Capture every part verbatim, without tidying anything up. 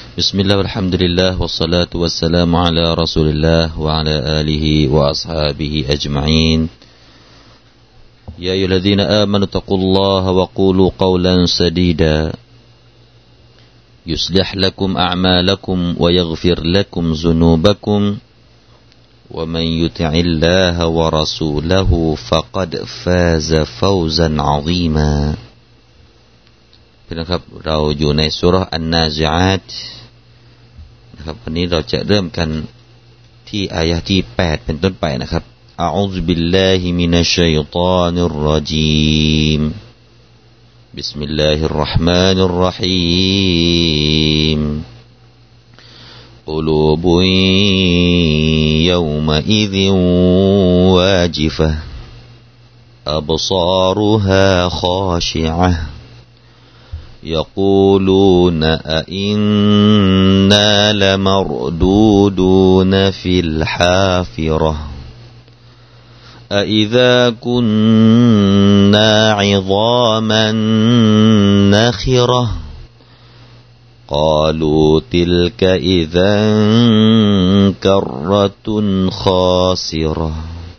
بسم الله والحمد لله والصلاة والسلام على رسول الله وعلى آله وأصحابه أجمعين يا أيها الذين آمنوا اتقوا الله وقولوا قولا سديدا يصلح لكم أعمالكم ويغفر لكم ذنوبكم ومن يطع الله ورسوله فقد فاز فوزا عظيما พี่น้องครับเราอยู่ในซูเราะห์อันนาซิอาตนะครับวันนี้เราจะเริ่มกันที่อายะห์ที่แปดเป็นต้นไปนะครับอะอูซุบิลลาฮิมินัชชัยฏอนิรเราะญีมบิสมิลลาฮิรเราะห์มานิรเราะฮีมقلوب يومئذ واجفة أبصارها خاشعة يقولون أئنا لمردودون في الحافرة أإذا كنا عظاما نخرة قالوا تلك إذا كرة خاسرة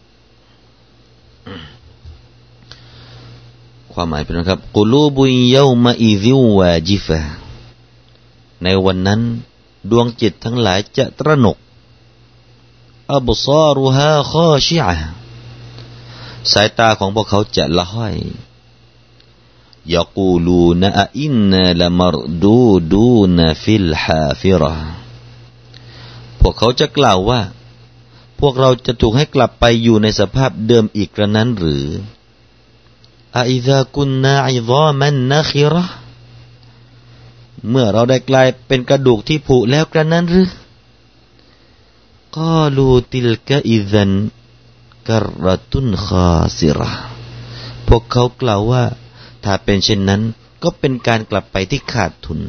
ความหมายเป็นนะครับกุลูบุยเยามาอิซิวาจิฟะในวันนั้นดวงจิตทั้งหลายจะตระหนกอับซารุฮาคอชิอะห์สายตาของพวกเขาจะละห้อยยะกูลูนอะอินนาละมรดูดูนฟิลฮาฟิเราะห์พวกเขาจะกล่าวว่าพวกเราจะถูกให้กลับไปอยู่ในสภาพเดิมอีกกระนั้นหรืออะอิซากุนนาอิซามันนะคิเราะห์เมื่อเราได้กลายเป็นกระดูกที่ผุแล้วกระนั้นหรือกาลูติลกะอิซันกัรเราะตุนคาซิเราะห์พวกเขากล่าวว่าถ้าเป็นเช่นนั้นก็เป็นการกลับไปที่ขาดทุน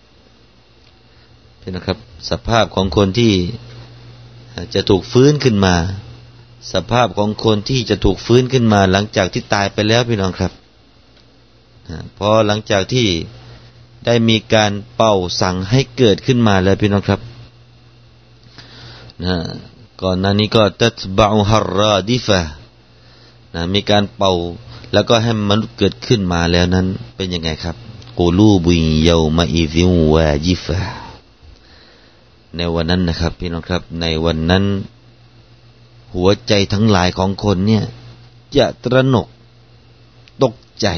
เป็นนะครับสภาพของคนที่จะถูกฟื้นขึ้นมาสภาพของคนที่จะถูกฟื้นขึ้นมาหลังจากที่ตายไปแล้วพี่น้องครับพอหลังจากที่ได้มีการเป่าสั่งให้เกิดขึ้นมาแล้วพี่น้องครับนะก่อนหน้านี้ก็ตัตบะอุฮัรราดิฟะนะมีการเป่าแล้วก็ให้มนุษย์เกิดขึ้นมาแล้วนั้นเป็นยังไงครับกูลูบุยเยามาอิซิวาจิฟะในวันนั้นนะครับพี่น้องครับในวันนั้นหัวใจทั้งหลายของคนเนี่ยจะตระหนกตกใจ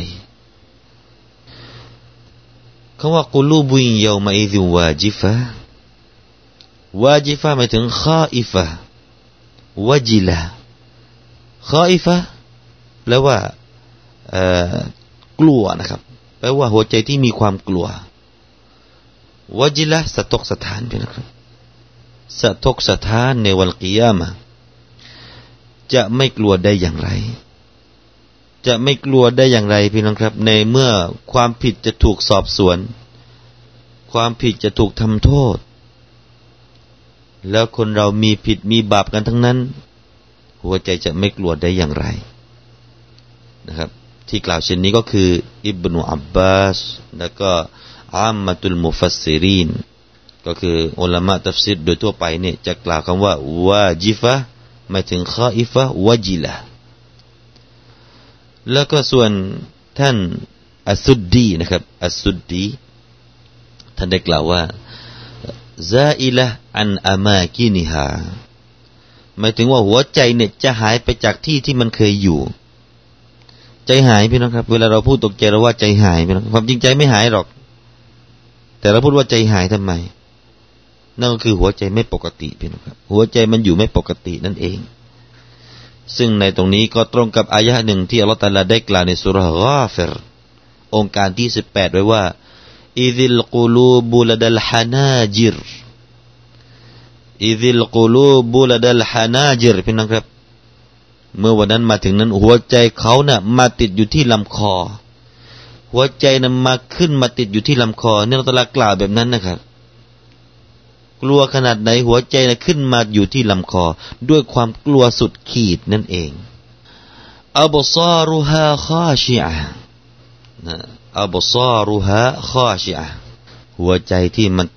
คำว่ากุลูบุยเยามาอิซิวาจิฟะวาจิฟะหมายถึงคาอิฟะวะจิละคาอิฟะแปลว่ากลัวนะครับแปลว่าหัวใจที่มีความกลัววะจิละสะทกสะท้านไปนะครับสะทกสะท้านในวันกิยามะห์จะไม่กลัวได้อย่างไรจะไม่กลัวได้อย่างไรพี่น้องครับในเมื่อความผิดจะถูกสอบสวนความผิดจะถูกทำโทษแล้วคนเรามีผิดมีบาปกันทั้งนั้นหัวใจจะไม่กลัวได้อย่างไรนะครับที่กล่าวเช่นนี้ก็คืออิบนุอับบาสแล้วก็อัมมะตุลมุฟัสซิรีนก็คืออุลามะตัฟซีรโดยทั่วไปเนี่ยจะกล่าวคำว่าวาจิฟะหมายถึงคาอิฟะวะจิละแล้วก็ส่วนท่านอัสซุดดีนะครับอัสซุดดีท่านได้กล่าวว่าซาอิละอันอามากินิฮาหมายถึงว่าหัวใจเนี่ยจะหายไปจากที่ที่มันเคยอยู่ใจหายพี่น้องครับเวลาเราพูดตกใจเราว่าใจหายพี่น้องความจริงใจไม่หายหรอกแต่เราพูดว่าใจหายทำไมนั่นก็คือหัวใจไม่ปกติพี่น้องครับหัวใจมันอยู่ไม่ปกตินั่นเองซึ่งในตรงนี้ก็ตรงกับอายะห์หนึ่งที่อัลเลาะห์ตะอาลาได้กล่าวในซูเราะห์ฆาฟิรองค์การที่สิบแปดไว้ว่าอิซิลกุลูบุลดัลฮานาจิรอิซิลกุลูบุลดัลฮานาจิรพี่น้องครับเมื่อวันนั้นมาถึงนั้นหัวใจเขาน่ะมาติดอยู่ที่ลำคอหัวใจน่ะมาขึ้นมาติดอยู่ที่ลำคอเนี่ยอัลเลาะห์ตะอาลากล่าวแบบนั้นนะครับกลัวขนาดไหนหัวใจน่ะขึ้นมาอยู่ที่ลำคอด้วยความกลัวสุดขีดนั่นเองอับซารุฮาคาชิอะห์นะอับซารุฮาคาชิอะห์หัวใจที่มันตก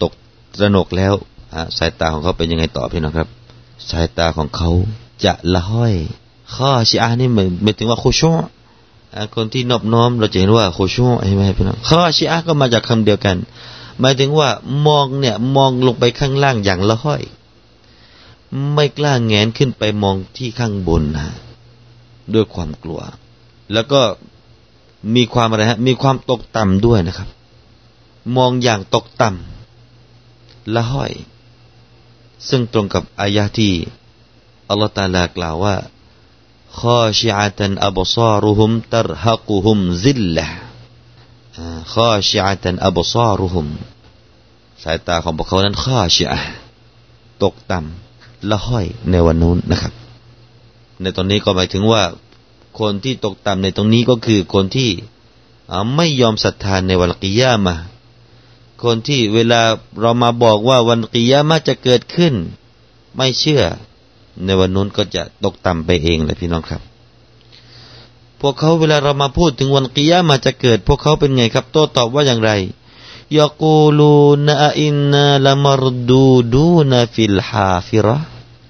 ตระหนกแล้วสายตาของเขาเป็นยังไงต่อพี่น้องครับสายตาของเขาจะละห้อยข้อชีอานี่หมายหมายถึงว่าคุชอคนที่นอบน้อมเราจะเห็นว่าคุชอใช่ไหมพี่น้องข้อชีอาก็มาจากคำเดียวกันหมายถึงว่ามองเนี่ยมองลงไปข้างล่างอย่างละห้อยไม่กล้าแงนขึ้นไปมองที่ข้างบนนะด้วยความกลัวแล้วก็มีความอะไรฮะมีความตกต่ำด้วยนะครับมองอย่างตกต่ำละห้อยซึ่งตรงกับอายะห์ที่อัลลอฮฺตะอาลากล่าวว่าคอชิอะตันอับซารุฮุมตัรฮะกุฮุมซิลละคอชิอะตันอับซารุฮุมสายตาของพวกเขานั้นคอชิอะตกต่ำละห้อยในวันนู้นนะครับในตอนนี้ก็หมายถึงว่าคนที่ตกต่ำในตรงนี้ก็คือคนที่ไม่ยอมศรัทธาในวันกิยามะห์คนที่เวลาเรามาบอกว่าวันกิยามะห์จะเกิดขึ้นไม่เชื่อในวันนู้นก็จะตกต่ำไปเองเลยพี่น้องครับพวกเขาเวลาเรามาพูดถึงวันกิยามะห์จะเกิดพวกเขาเป็นไงครับโต้ตอบว่าอย่างไรยะกูลูนอินนาละมรดูดูนฟิลฮาฟิเราะห์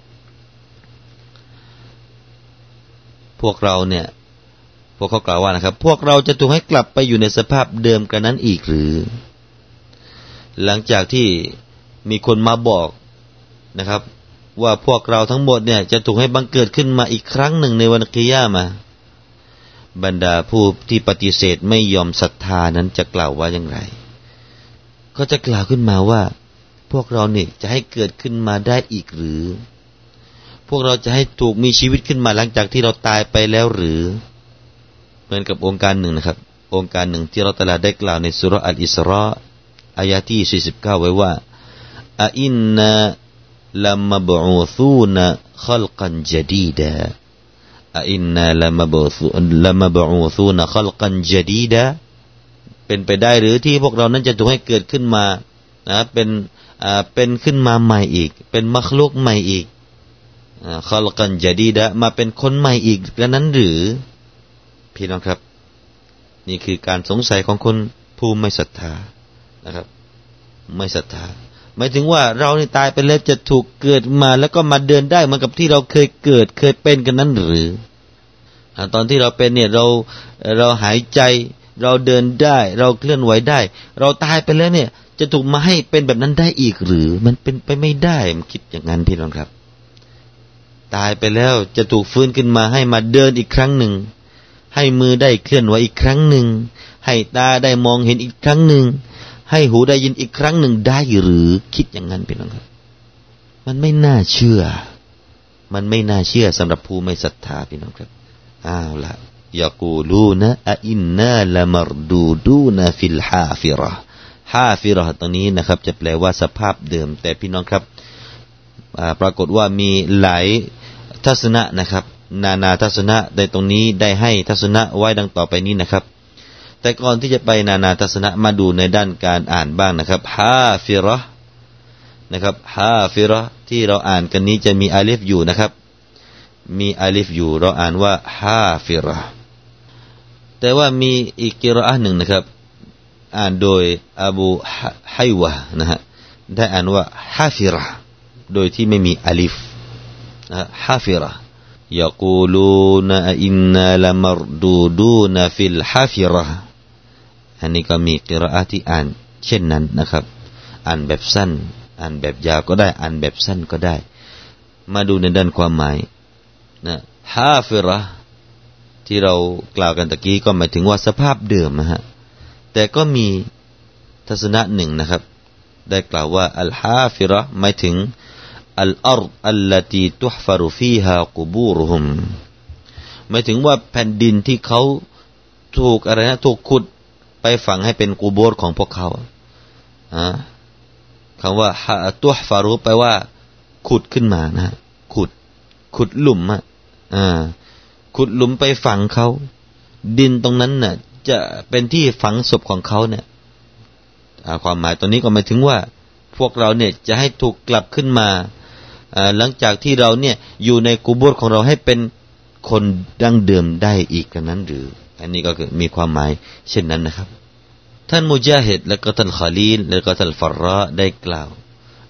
พวกเราเนี่ยพวกเขากล่าวว่านะครับพวกเราจะถูกให้กลับไปอยู่ในสภาพเดิมกันนั้นอีกหรือหลังจากที่มีคนมาบอกนะครับว่าพวกเราทั้งหมดเนี่ยจะถูกให้บังเกิดขึ้นมาอีกครั้งหนึ่งในวันกิยามะห์บรรดาผู้ที่ปฏิเสธไม่ยอมศรัทธานั้นจะกล่าวว่าอย่างไรก็จะกล่าวขึ้นมาว่าพวกเราเนี่ยจะให้เกิดขึ้นมาได้อีกหรือพวกเราจะให้ถูกมีชีวิตขึ้นมาหลังจากที่เราตายไปแล้วหรือเหมือนกับองค์การหนึ่งนะครับองค์การหนึ่งที่เราตะลาได้กล่าวในซูเราะห์อัลอิสราอายะที่สี่สิบเก้าไว้ว่าอะอินนาลัมมะบอูซูนคัลกันญะดีดาอะอินนาลัมมะบอูซูลัมมะบอูซูนคัลกันญะดีดาเป็นไปได้หรือที่พวกเรานั้นจะถูกให้เกิดขึ้นมานะเป็นอ่าเป็นขึ้นมาใหม่อีกเป็นมัคลุกใหม่อีกคัลกันญะดีดะมาเป็นคนใหม่อีกแล้วนั้นหรือพี่น้องครับนี่คือการสงสัยของคนผู้ไม่ศรัทธานะครับไม่ศรัทธาหมายถึงว่าเรานี่ตายไปแล้วจะถูกเกิดมาแล้วก็มาเดินได้เหมือนกับที่เราเคยเกิดเคยเป็นกันนั้นหรือตอนที่เราเป็นเนี่ยเราเราหายใจเราเดินได้เราเคลื่อนไหวได้เราตายไปแล้วเนี่ยจะถูกมาให้เป็นแบบนั้นได้อีกหรือมันเป็นไปไม่ได้มันคิดอย่างนั้นพี่น้องครับตายไปแล้วจะถูกฟื้นขึ้นมาให้มาเดินอีกครั้งหนึ่งให้มือได้เคลื่อนไหวอีกครั้งหนึ่งให้ตาได้มองเห็นอีกครั้งหนึ่งให้หูได้ยินอีกครั้งหนึ่งได้หรือคิดอย่างนั้นพี่น้องครับมันไม่น่าเชื่อมันไม่น่าเชื่อสำหรับผู้ไม่ศรัทธาพี่น้องครับอ้าวละยะกูลูนะอะอินนาละมรดูดูนะฟิลฮาฟิเราะห์ฮาฟิเราะห์ตรงนี้นะครับจะแปลว่าสภาพเดิมแต่พี่น้องครับปรากฏว่ามีหลายทัศนะนะครับนานาทัศนะในตรงนี้ได้ให้ทัศนะไว้ดังต่อไปนี้นะครับแต่ก่อนที่จะไปนานาทัศนะมาดูในด้านการอ่านบ้างนะครับฮาฟิเราะห์นะครับฮาฟิเราะห์ที่เราอ่านกันนี้จะมีอาลิฟอยู่นะครับมีอาลิฟอยู่เราอ่านว่าฮาฟิเราะห์แต่ว่ามีอีกกิรออะห์หนึ่งนะครับอ่านโดยอบูไฮวะนะฮะได้อ่านว่าฮาฟิเราะห์โดยที่ไม่มีอาลิฟนะฮาฟิเราะห์ยะกูลูนอินนาละมรดูดูนฟิลฮาฟิเราะห์อันนี้ก็มีกิรออะห์ที่อ่านเช่นนั้นนะครับอ่านแบบสั้นอ่านแบบยาวก็ได้อ่านแบบสั้นก็ได้มาดูในด้านความหมายนะฮาฟิเราะห์ที่เรากล่าวกันตะกี้ก็หมายถึงว่าสภาพเดิมนะฮะแต่ก็มีทัศนะหนึ่งนะครับได้กล่าวว่าอัลฮาฟิเราะห์หมายถึงอัลอัรฎอัลลตีตุฮฟรุฟีฮากุบูรุฮุมหมายถึงว่าแผ่นดินที่เขาถูกอะไรนะถูกขุดไปฝังให้เป็นกุโบร์ของพวกเขาอ่าคำว่าตุฮฟารุแปลว่าขุดขึ้นมานะขุดขุดหลุมอ่ะอ่าขุดหลุมไปฝังเขาดินตรงนั้นน่ะจะเป็นที่ฝังศพของเขาเนี่ยความหมายตรงนี้ก็หมายถึงว่าพวกเราเนี่ยจะให้ถูกกลับขึ้นมาหลังจากที่เราเนี่ยอยู่ในกุโบร์ของเราให้เป็นคนดั้งเดิมได้อีกกันนั้นหรืออันนี้ก็คือมีความหมายเช่นนั้นนะครับท่านมุจาฮิดและก็ท่านคอลีลและก็ท่านฟัรเราะห์ได้กล่าว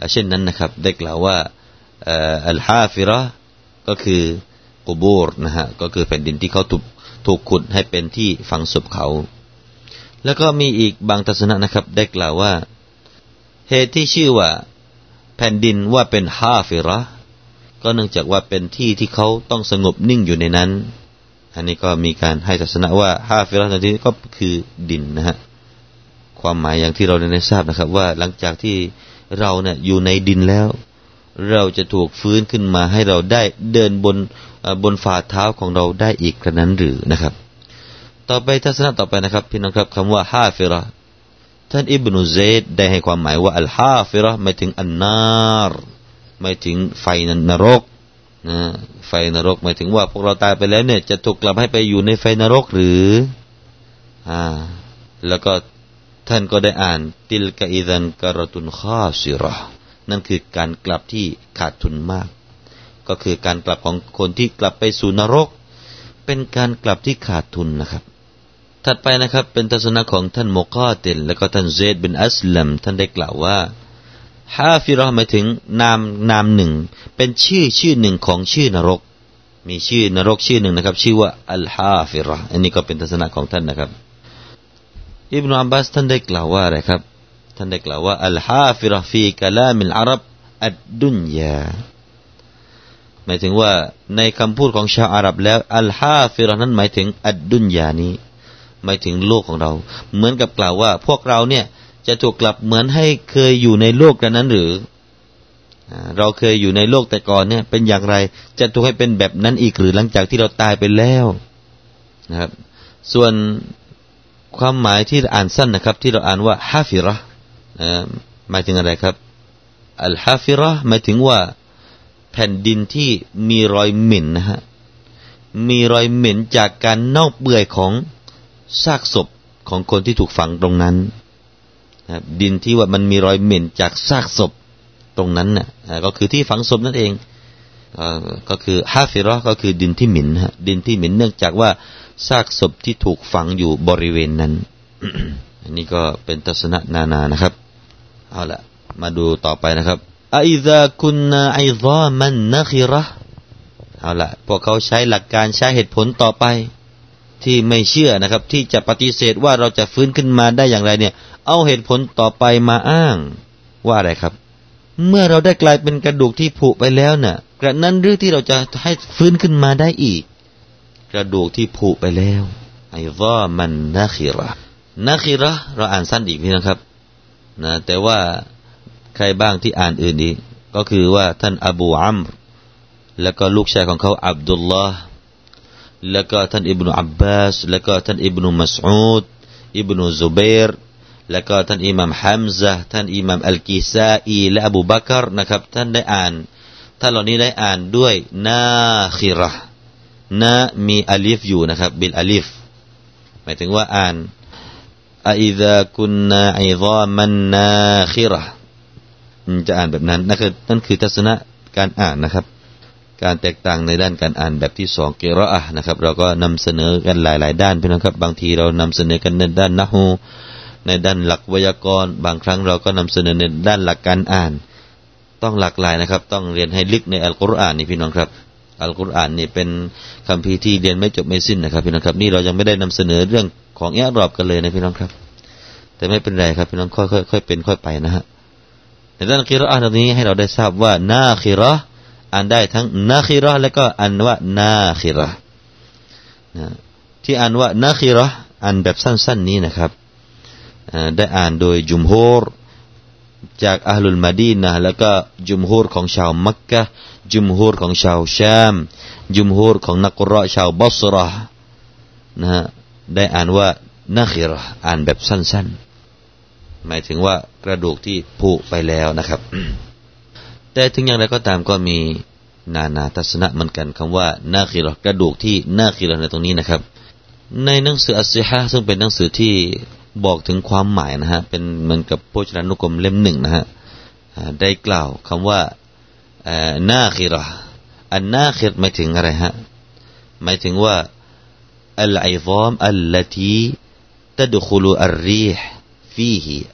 เช่นนั้นนะครับได้กล่าวว่าอัลฮาฟิเราะห์ก็คือกุบูรนะฮะก็คือแผ่นดินที่เขาถูกถูกขุดให้เป็นที่ฝังศพเขาแล้วก็มีอีกบางทัศนะนะครับได้กล่าวว่าเหตุที่ชื่อว่าแผ่นดินว่าเป็นฮาฟิเราะห์ก็เนื่องจากว่าเป็นที่ที่เขาต้องสงบนิ่งอยู่ในนั้นอันนี้ก็มีการให้ทัศนะว่าฮาฟิเราะห์ในที่นี้ก็คือดินนะฮะความหมายอย่างที่เราได้ทราบนะครับว่าหลังจากที่เราเนี่ยอยู่ในดินแล้วเราจะถูกฟื้นขึ้นมาให้เราได้เดินบนบนฝ่าเท้าของเราได้อีกกระนั้นหรือนะครับต่อไปทัศนะต่อไปนะครับพี่น้องครับคำว่าฮาฟิเราะห์ท่านอิบนุซัยดได้ให้ความหมายว่าอัลฮาฟิเราะห์หมายถึงอันนารหมายถึงไฟนรกนะไฟนรกหมายถึงว่าพวกเราตายไปแล้วเนี่ยจะถูกกลับให้ไปอยู่ในไฟนรกหรืออ่าแล้วก็ท่านก็ได้อ่านติลกะอิซันกะรตุนคาซิเราะห์นั่นคือการกลับที่ขาดทุนมากก็คือการกลับของคนที่กลับไปสู่นรกเป็นการกลับที่ขาดทุนนะครับถัดไปนะครับเป็นทัศนะของท่านมุกาติลและก็ท่านเซดบินอัสลัมท่านได้กล่าวว่าฮาฟิเราะห์หมายถึงนามนามหนึ่งเป็นชื่อชื่อหนึ่งของชื่อนรกมีชื่อนรกชื่อหนึ่งนะครับชื่อว่าอัลฮาฟิเราะห์อันนี้ก็เป็นทัศนะของท่านนะครับอิบนุอับบาสท่านได้กล่าวว่าอะไรครับท่านได้กล่าวว่าอัลฮาฟิเราะห์ฟีกะลามิลอาหรับอัดดุนยาหมายถึงว่าในคำพูดของชาวอาหรับแล้วอัลฮาฟิเราะห์นั้นหมายถึงอัดดุนยานี้หมายถึงโลกของเราเหมือนกับกล่าวว่าพวกเราเนี่ยจะถูกกลับเหมือนให้เคยอยู่ในโลกนั้นหรือเราเคยอยู่ในโลกแต่ก่อนเนี่ยเป็นอย่างไรจะถูกให้เป็นแบบนั้นอีกหรือหลังจากที่เราตายไปแล้วนะครับส่วนความหมายที่อ่านสั้นนะครับที่เราอ่านว่าฮาฟิเราะห์หมายถึงอะไรครับอัลฮาฟิเราะห์หมายถึงว่าแผ่นดินที่มีรอยเหม็นนะฮะมีรอยเหม็นจากการเน่าเปื่อยของซากศพของคนที่ถูกฝังตรงนั้นนะครับดินที่ว่ามันมีรอยเหม็นจากซากศพตรงนั้นน่ะก็คือที่ฝังศพนั่นเองก็คือฮาฟิเราะห์ก็คือดินที่เหม็นฮะดินที่เหม็นเนื่องจากว่าซากศพที่ถูกฝังอยู่บริเวณนั้น อันนี้ก็เป็นทัศนะนานานะครับเอาละมาดูต่อไปนะครับอะอิซาคุนนาอิซามันนะคิเราะห์เอาละพวกเขาใช้หลักการใช้เหตุผลต่อไปที่ไม่เชื่อนะครับที่จะปฏิเสธว่าเราจะฟื้นขึ้นมาได้อย่างไรเนี่ยเอาเหตุผลต่อไปมาอ้างว่าอะไรครับเมื่อเราได้กลายเป็นกระดูกที่ผุไปแล้วน่ะกระนั้นหรือที่เราจะให้ฟื้นขึ้นมาได้อีกกระดูกที่ผุไปแล้วไอซามันนะคิเราะห์นะคิเราะห์เราอ่านสั้นอีกพี่นะครับนะแต่ว่าใครบ้างที่อ่านอื่นอีกก็คือว่าท่านอบูอัมรแล้วก็ลูกชายของเขาอับดุลลอฮ์แล้วก็ท่านอิบนุอับบาสแล้วก็ท่านอิบนุมัสอูดอิบนุซุบัยร์แล้วก็ท่านอิหม่ามฮัมซะห์ท่านอิหม่ามอัลกิซาอีและอบูบักรนะครับท่านได้อ่านท่านเหล่านี้ได้อ่านด้วยนาคิเราะห์นะมีอลิฟอยู่นะครับบิลอลิฟหมายถึงว่าอ่านอะอิซาคุนนาอิซามันนาคิเราะห์จะอ่านแบบนั้นนั่นคือนั่นคือทัศนะการอ่านนะครับการแตกต่างในด้านการอ่านแบบที่สองกิเราะอะห์นะครับเราก็นำเสนอกันหลายๆด้านพี่น้องครับบางทีเรานำเสนอกันในด้านนะฮูในด้านหลักไวยากรณ์บางครั้งเราก็นำเสนอในด้านหลักการอ่านต้องหลากหลายนะครับต้องเรียนให้ลึกในอัลกุรอานนี่พี่น้องครับอัลกุรอานนี่เป็นคัมภีร์ที่เรียนไม่จบไม่สิ้นนะครับพี่น้องครับนี่เรายังไม่ได้นำเสนอเรื่องของอิอรอบกันเลยนะพี่น้องครับแต่ไม่เป็นไรครับพี่น้องค่อยๆค่อยเป็นค่อยไปนะฮะในด้านกิเราะอะห์ตรงนี้ให้เราได้ทราบว่านาคิเราะห์อ่านได้ทั้งนาคิเราะห์และก็อ่านว่านาคิเราะห์นะที่อ่านว่านาคิเราะห์อ่านแบบสั้นๆนี้นะครับได้อ่านโดยจุมฮูรจากอัลลุลมะดีนะห์แล้วก็จุมฮูรของชาวมักกะฮ์จุมฮูรของชาวชามจุมฮูรของนักกุรอชาวบัศเราะห์นะฮะได้อ่านว่านาคิเราะห์อ่านแบบสั้นๆหมายถึงว่ากระดูกที่ผุไปแล้วนะครับ แต่ถึงอย่างไรก็ตามก็มีนานาทัศนะเหมือนกันคำว่านาคิเราะห์กระดูกที่นาคิเราะห์ในตรงนี้นะครับในหนังสืออัสซิฮะห์ซึ่งเป็นหนังสือที่บอกถึงความหมายนะฮะเป็นเหมือนกับโภชนานุกรมเล่มหนึ่งนะฮะได้กล่าวคำว่านาคิเราะห์อันนาคิรหมายถึงอะไรฮะหมายถึงว่าอัลอิซามอัลลตีตะดุคุลุอัรรีห์ฟีฮิ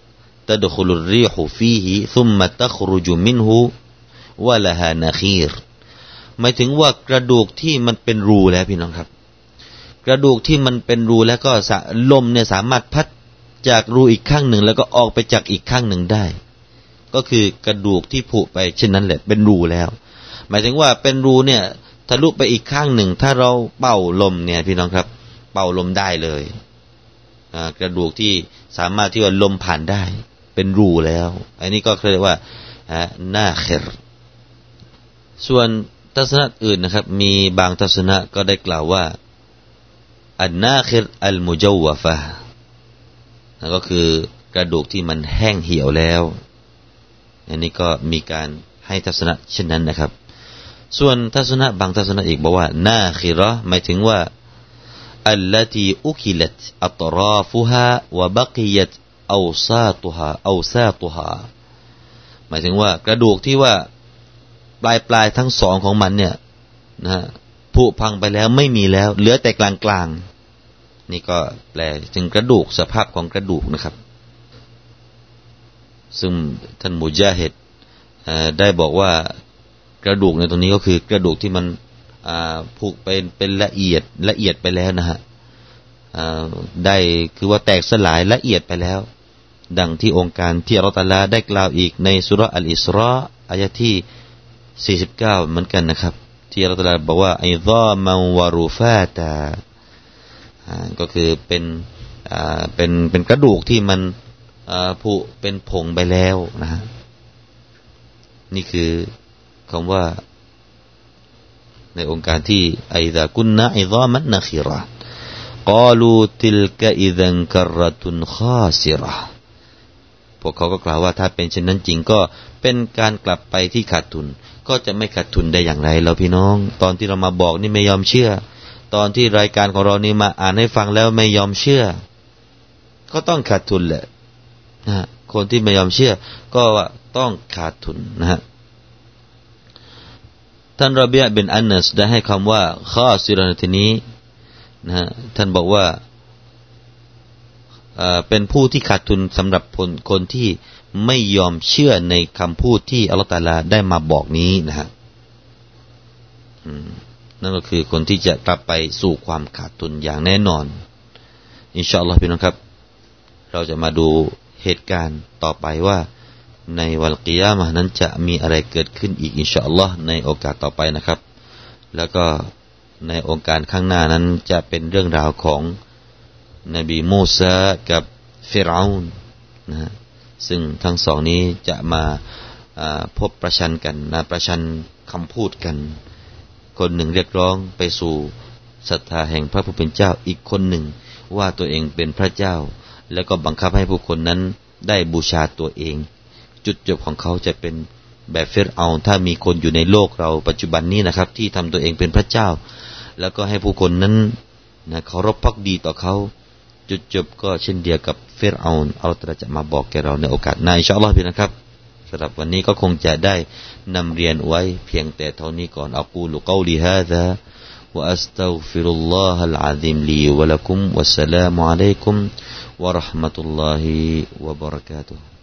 تدخل الريح فيه ثم تخرج منه ولها نخيرหมายถึงว่ากระดูกที่มันเป็นรูแล้วพี่น้องครับกระดูกที่มันเป็นรูแล้วก็ลมเนี่ยสามารถพัดจากรูอีกข้างหนึ่งแล้วก็ออกไปจากอีกข้างหนึ่งได้ก็คือกระดูกที่ผุไปเช่นนั้นแหละเป็นรูแล้วหมายถึงว่าเป็นรูเนี่ยทะลุไปอีกข้างหนึ่งถ้าเราเป่าลมเนี่ยพี่น้องครับเป่าลมได้เลยกระดูกที่สามารถที่ว่าลมผ่านได้เป็นรูแล้วอันนี้ก็เรียกว่านาคิรส่วนทัศนะอื่นนะครับมีบางทัศนะก็ได้กล่าวว่าอันนาคิรอัลมุจาวฟะนั่นก็คือกระดูกที่มันแห้งเหี่ยวแล้วอันนี้ก็มีการให้ทัศนะเช่นนั้นนะครับส่วนทัศนะบางทัศนะอีกบอกว่านาคิเราะห์หมายถึงว่าอัลลัตีอุคิลัตอัตราฟุฮาวะบักิยัตเอาซาตุฮาเอาซาตุฮาหมายถึงว่ากระดูกที่ว่าปลายปลายทั้งสองของมันเนี่ยนะฮะผุพังไปแล้วไม่มีแล้วเหลือแต่กลางกลางนี่ก็แปลถึงกระดูกสภาพของกระดูกนะครับซึ่งท่านมุญาฮิดได้บอกว่ากระดูกในตรงนี้ก็คือกระดูกที่มันผุเป็นเป็นละเอียดละเอียดไปแล้วนะฮะได้คือว่าแตกสลายละเอียดไปแล้วดังที่องค์การที่อัลเลาะห์ตะอาลาได้กล่าวอีกในซูเราะห์อัลอิสราอายะที่สี่สิบเก้าเหมือนกันนะครับที่อัลเลาะห์ตะอาลาบอกว่าอิฎอมันวะรุฟาตาก็คือเป็นเป็นเป็นกระดูกที่มันผุเป็นผงไปแล้วนะฮะนี่คือคำว่าในองค์การที่ไอซากุนนะอิฎอมันนะคิเราะห์กาลูติลกะอิซันกัรรตุนคาซิเราะห์พวกเขาก็กล่าวว่าถ้าเป็นเช่นนั้นจริงก็เป็นการกลับไปที่ขาดทุนก็จะไม่ขาดทุนได้อย่างไรเราพี่น้องตอนที่เรามาบอกนี่ไม่ยอมเชื่อตอนที่รายการของเรานี่มาอ่านให้ฟังแล้วไม่ยอมเชื่อก็ต้องขาดทุนแหละนะคนที่ไม่ยอมเชื่อก็ต้องขาดทุนนะฮะท่านรอบีอะห์บินอันนัสได้ให้คำว่าคอซิรในที่นี้นะฮะท่านบอกว่าเป็นผู้ที่ขาดทุนสำหรับคนคนที่ไม่ยอมเชื่อในคำพูดที่อัลเลาะห์ตะอาลาได้มาบอกนี้นะฮะนั่นก็คือคนที่จะกลับไปสู่ความขาดทุนอย่างแน่นอนอินชาอัลลอฮ์พี่น้องครับเราจะมาดูเหตุการณ์ต่อไปว่าในวันกิยามะห์นั้นจะมีอะไรเกิดขึ้นอีกอินชาอัลลอฮ์ในโอกาสต่อไปนะครับแล้วก็ในองค์การข้างหน้านั้นจะเป็นเรื่องราวของนบีมูซากับฟิรเอาน์นะฮะซึ่งทั้งสองนี้จะมาพบประชันกันนะประชันคำพูดกันคนหนึ่งเรียกร้องไปสู่ศรัทธาแห่งพระผู้เป็นเจ้าอีกคนหนึ่งว่าตัวเองเป็นพระเจ้าแล้วก็บังคับให้ผู้คนนั้นได้บูชาตัวเองจุดจบของเขาจะเป็นแบบฟิรเอาน์ถ้ามีคนอยู่ในโลกเราปัจจุบันนี้นะครับที่ทำตัวเองเป็นพระเจ้าแล้วก็ให้ผู้คนนั้นนะเคารพภักดีต่อเขาจุดจบก็เช่นเดียวกับฟิรเอาน์อัลเลาะห์จะมาบอกแก่เราในโอกาสหน้าอินชาอัลลอฮ์พี่นะครับสำหรับวันนี้ก็คงจะได้นำเรียนไว้เพียงแต่เท่านี้ก่อนอะกูลุกอลีฮาซาวะอัสตัฆฟิรุลลอฮัลอะซีมลีวะละกุมวัสสลามุอะลัยกุมวะเราะห์มะตุลลอฮิวะบะเราะกาตุฮ์